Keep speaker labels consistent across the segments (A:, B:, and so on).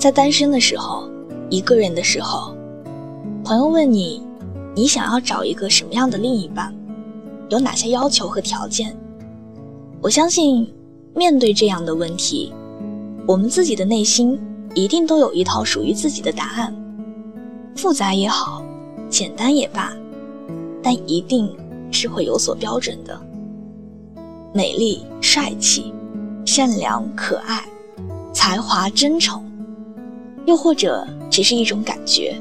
A: 在单身的时候，一个人的时候，朋友问你，你想要找一个什么样的另一半，有哪些要求和条件？我相信面对这样的问题，我们自己的内心一定都有一套属于自己的答案，复杂也好，简单也罢，但一定是会有所标准的。美丽、帅气、善良、可爱、才华、真诚，又或者只是一种感觉。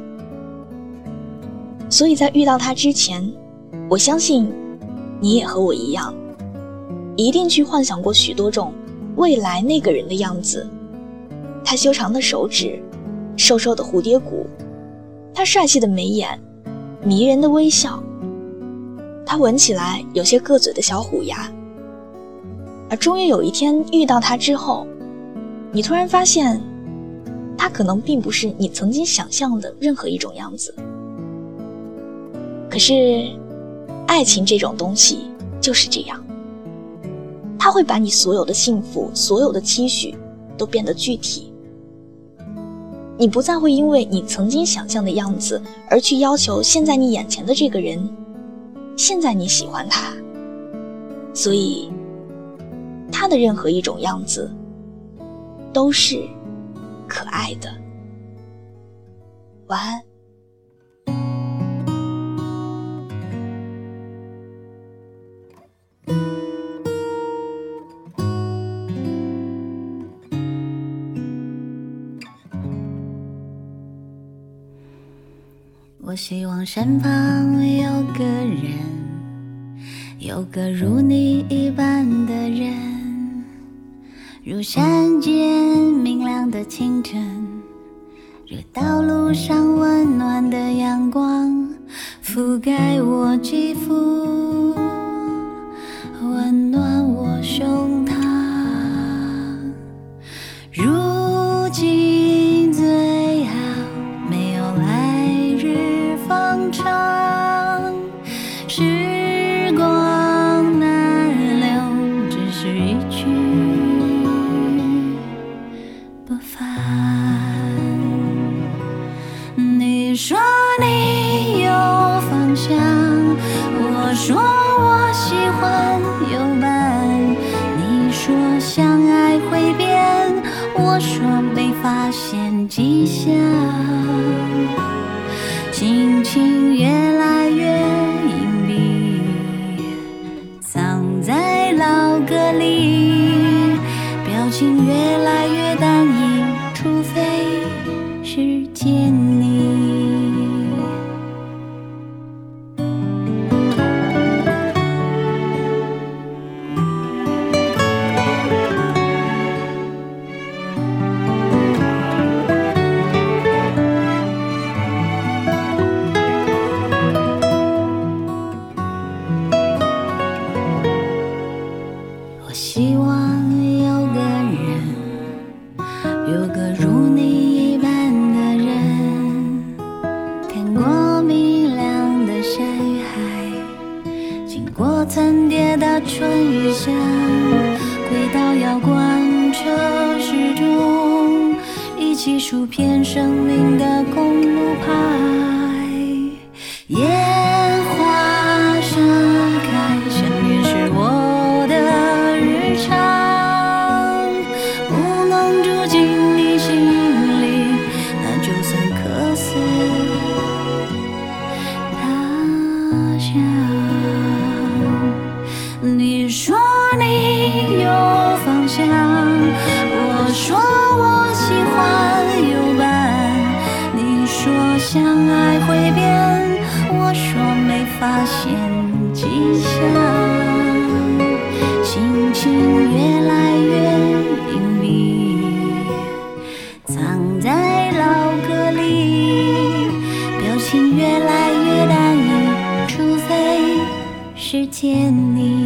A: 所以在遇到他之前，我相信你也和我一样，一定去幻想过许多种未来那个人的样子。他修长的手指，瘦瘦的蝴蝶骨，他帅气的眉眼，迷人的微笑，他闻起来有些硌嘴的小虎牙。而终于有一天遇到他之后，你突然发现他可能并不是你曾经想象的任何一种样子。可是爱情这种东西就是这样，它会把你所有的幸福，所有的期许都变得具体。你不再会因为你曾经想象的样子而去要求现在你眼前的这个人，现在你喜欢他，所以他的任何一种样子都是可爱的。晚安。
B: 我希望身旁有个人，有个如你一般的人，如山间明亮的清晨，如道路上温暖的阳光，覆盖我肌肤，温暖我胸膛。如今最好没有来日方长，时光难留，只是一去不返。你说你有方向，我说我喜欢有伴，你说相爱会变，我说没发现迹象。心情越来越隐蔽，藏在老歌里，表情越来越单一，除非是见你。我希望有个人，有个如你一般的人，看过明亮的山与海，经过层叠的春与夏，轨道遥观车时钟，一起数遍生命的公路牌。烟花盛开，相遇是我的日常，不能住进你心里，那就算客死他乡。你说你有方向，我说我喜欢有伴，你说相爱会变，我说没发现迹象。心情越来越隐蔽，藏在老歌里，表情越来越单一，除非是见你。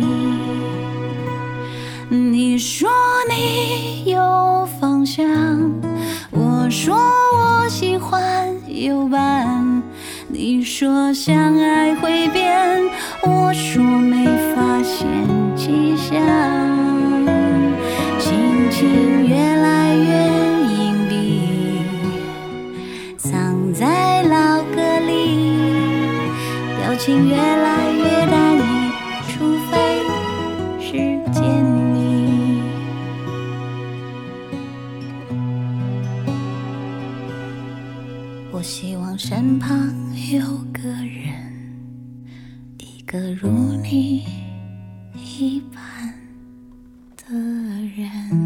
B: 你说你有方向，我说我喜欢有伴，你说相爱会变，我说没发现迹象。心情越来越隐蔽， 情越来越淡逸，除非是见你。我希望身旁有个人，一个如你一般的人。